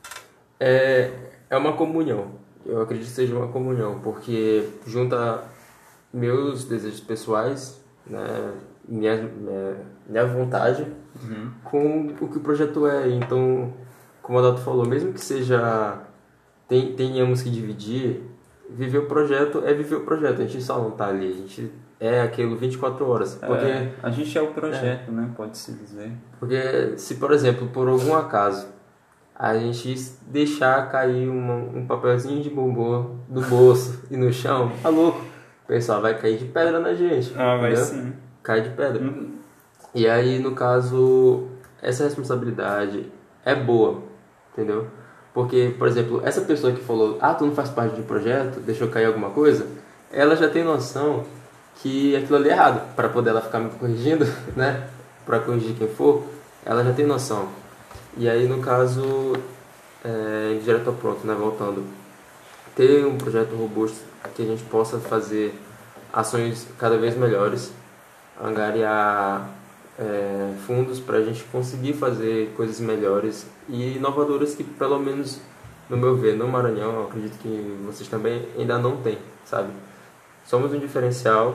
É uma comunhão. Eu acredito que seja uma comunhão, porque junta meus desejos pessoais, né? Minha vontade com o que o projeto é. Então, como o Adalto falou, mesmo que tenhamos que dividir, viver o projeto é viver o projeto. A gente só não tá ali, a gente é aquilo 24 horas. Porque a gente é o projeto, né? Pode-se dizer. Porque se, por exemplo, por algum acaso, a gente deixar cair um papelzinho de bombom do bolso e no chão, tá louco. O pessoal vai cair de pedra na gente. Vai entendeu? sim. Cai de pedra. E aí, no caso, essa responsabilidade é boa, entendeu? Porque, por exemplo, essa pessoa que falou, tu não faz parte de um projeto, deixou cair alguma coisa, ela já tem noção que aquilo ali é errado, para poder ela ficar me corrigindo, né? Para corrigir quem for, ela já tem noção. E aí, no caso, direto ao pronto, né? Voltando, ter um projeto robusto que a gente possa fazer ações cada vez melhores, angariar fundos para a gente conseguir fazer coisas melhores e inovadoras que, pelo menos, no meu ver, no Maranhão, eu acredito que vocês também ainda não têm, sabe? Somos um diferencial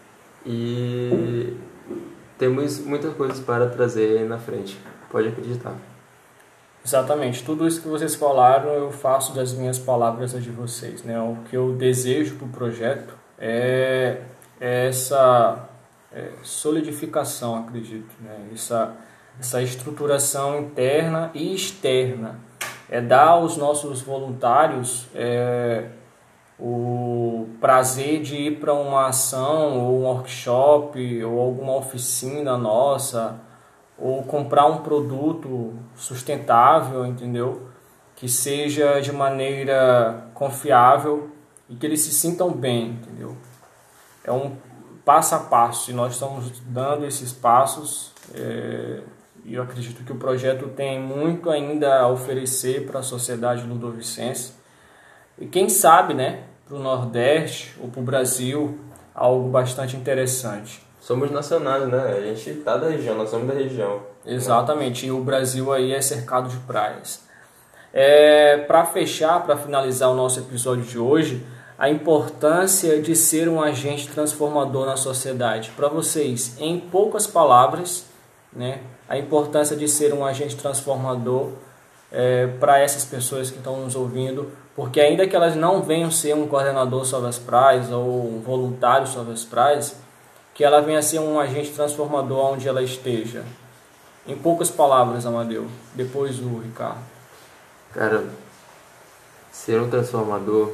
e temos muitas coisas para trazer na frente, pode acreditar. Exatamente, tudo isso que vocês falaram eu faço das minhas palavras as de vocês, né? O que eu desejo para o projeto é essa solidificação, acredito, né? Essa estruturação interna e externa, dar aos nossos voluntários o prazer de ir para uma ação ou um workshop ou alguma oficina nossa, ou comprar um produto sustentável, entendeu? Que seja de maneira confiável e que eles se sintam bem, entendeu? É um passo a passo e nós estamos dando esses passos e eu acredito que o projeto tem muito ainda a oferecer para a sociedade ludovicense e quem sabe, né, para o Nordeste ou para o Brasil, algo bastante interessante. Somos nacionais, né? A gente tá da região, nós somos da região. Exatamente, e o Brasil aí é cercado de praias. Para fechar, para finalizar o nosso episódio de hoje, a importância de ser um agente transformador na sociedade. Para vocês, em poucas palavras, né, a importância de ser um agente transformador para essas pessoas que estão nos ouvindo, porque ainda que elas não venham ser um coordenador sobre as praias ou um voluntário sobre as praias, que ela venha ser um agente transformador onde ela esteja. Em poucas palavras, Amadeu, depois o Ricardo. Cara, ser um transformador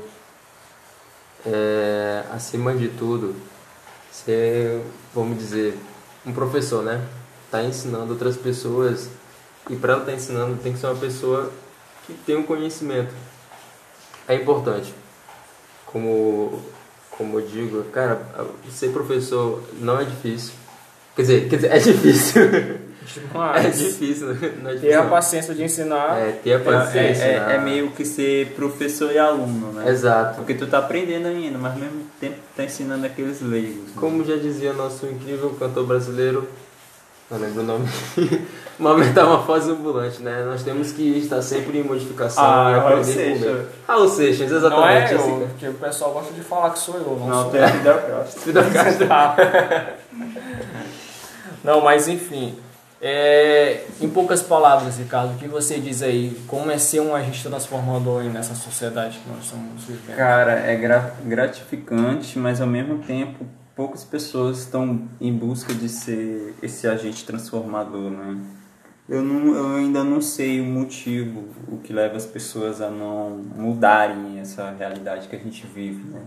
é, acima de tudo, ser, vamos dizer, um professor, né? Tá ensinando outras pessoas e para ela estar ensinando tem que ser uma pessoa que tem um conhecimento. É importante. Como eu digo, cara, ser professor não é difícil. Quer dizer, é difícil. Mas É difícil, não é difícil. ter a paciência de ensinar. Ter a paciência. É meio que ser professor e aluno, né? Exato. Porque tu tá aprendendo ainda, mas ao mesmo tempo tá ensinando aqueles leigos. Né? Como já dizia nosso incrível cantor brasileiro, não lembro o nome, uma metamorfose ambulante, né? Nós temos que estar sempre em modificação e aprender com meio. Raul Seixas, exatamente. Não é assim. eu, porque o pessoal gosta de falar que sou eu, não Não, sou tem a Fidel Castro. Fidel Castro. Não, mas enfim, em poucas palavras, Ricardo, o que você diz aí? Como é ser um agente transformador aí nessa sociedade que nós estamos vivendo? Cara, é gratificante, mas ao mesmo tempo poucas pessoas estão em busca de ser esse agente transformador, né? Eu ainda não sei o motivo, o que leva as pessoas a não mudarem essa realidade que a gente vive, né?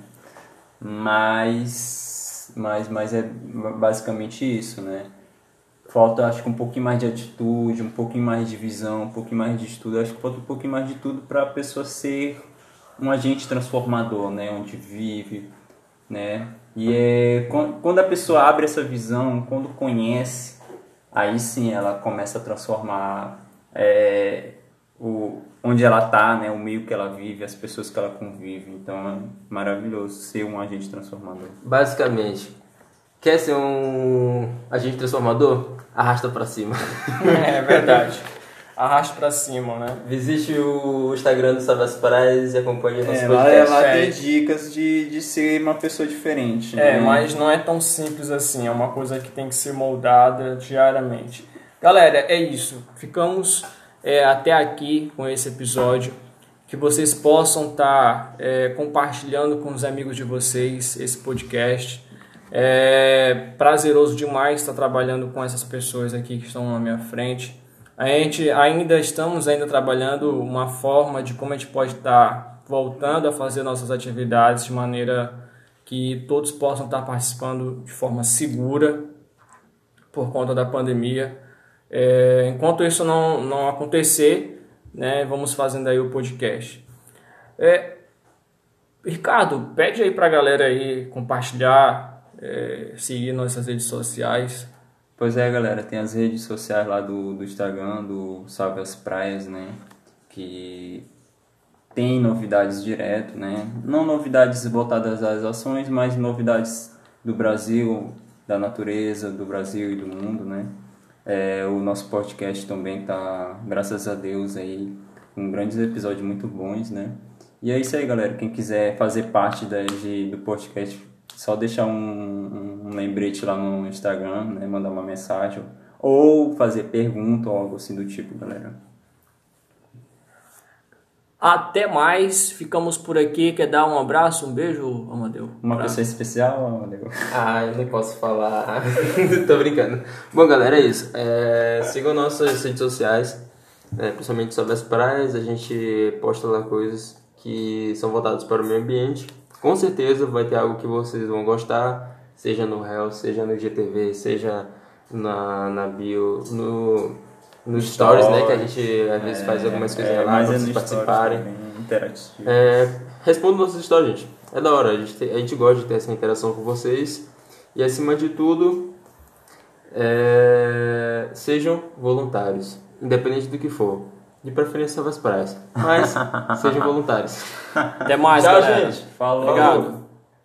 Mas é basicamente isso, né? Falta, acho que um pouquinho mais de atitude, um pouquinho mais de visão, um pouquinho mais de estudo. Acho que falta um pouquinho mais de tudo para a pessoa ser um agente transformador, né? Onde vive, né? E quando a pessoa abre essa visão, quando conhece, aí sim ela começa a transformar onde ela está, né? O meio que ela vive, as pessoas que ela convive. Então é maravilhoso ser um agente transformador. Basicamente, quer ser um agente transformador? Arrasta pra cima. É verdade. Arraste pra cima, né? Visite o Instagram do Salve as Praias e acompanhe o nosso Lá podcast. tem dicas de ser uma pessoa diferente. Né? Mas não é tão simples assim. É uma coisa que tem que ser moldada diariamente. Galera, é isso. Ficamos até aqui com esse episódio. Que vocês possam estar compartilhando com os amigos de vocês esse podcast. É prazeroso demais estar trabalhando com essas pessoas aqui que estão na minha frente. A gente estamos trabalhando uma forma de como a gente pode estar voltando a fazer nossas atividades de maneira que todos possam estar participando de forma segura por conta da pandemia. Enquanto isso não acontecer, né, vamos fazendo aí o podcast. Ricardo, pede aí pra galera aí compartilhar, seguir nossas redes sociais. Pois é, galera, tem as redes sociais lá do Instagram, do Salve as Praias, né? Que tem novidades direto, né? Não novidades voltadas às ações, mas novidades do Brasil, da natureza, do Brasil e do mundo, né? O nosso podcast também tá, graças a Deus, aí, com grandes episódios muito bons, né? E é isso aí, galera. Quem quiser fazer parte do podcast, só deixar um lembrete lá no Instagram, né? Mandar uma mensagem ou fazer pergunta ou algo assim do tipo, galera. Até mais, ficamos por aqui. Quer dar um abraço, um beijo, Amadeu? Uma pessoa especial, Amadeu? Eu nem posso falar. Tô brincando. Bom, galera, é isso. Sigam nossas redes sociais, principalmente sobre as praias. A gente posta lá coisas que são voltadas para o meio ambiente. Com certeza vai ter algo que vocês vão gostar, seja no Reels, seja no IGTV, seja na bio, nos stories, né? Que a gente às vezes faz algumas coisinhas lá mas pra é vocês no participarem. stories também, interativo. Responda nossas histórias, gente. É da hora, a gente gosta de ter essa interação com vocês. E acima de tudo, sejam voluntários, independente do que for. De preferência salve as praias, mas sejam voluntários. Até mais, Tchau, galera. gente. Falou. Obrigado.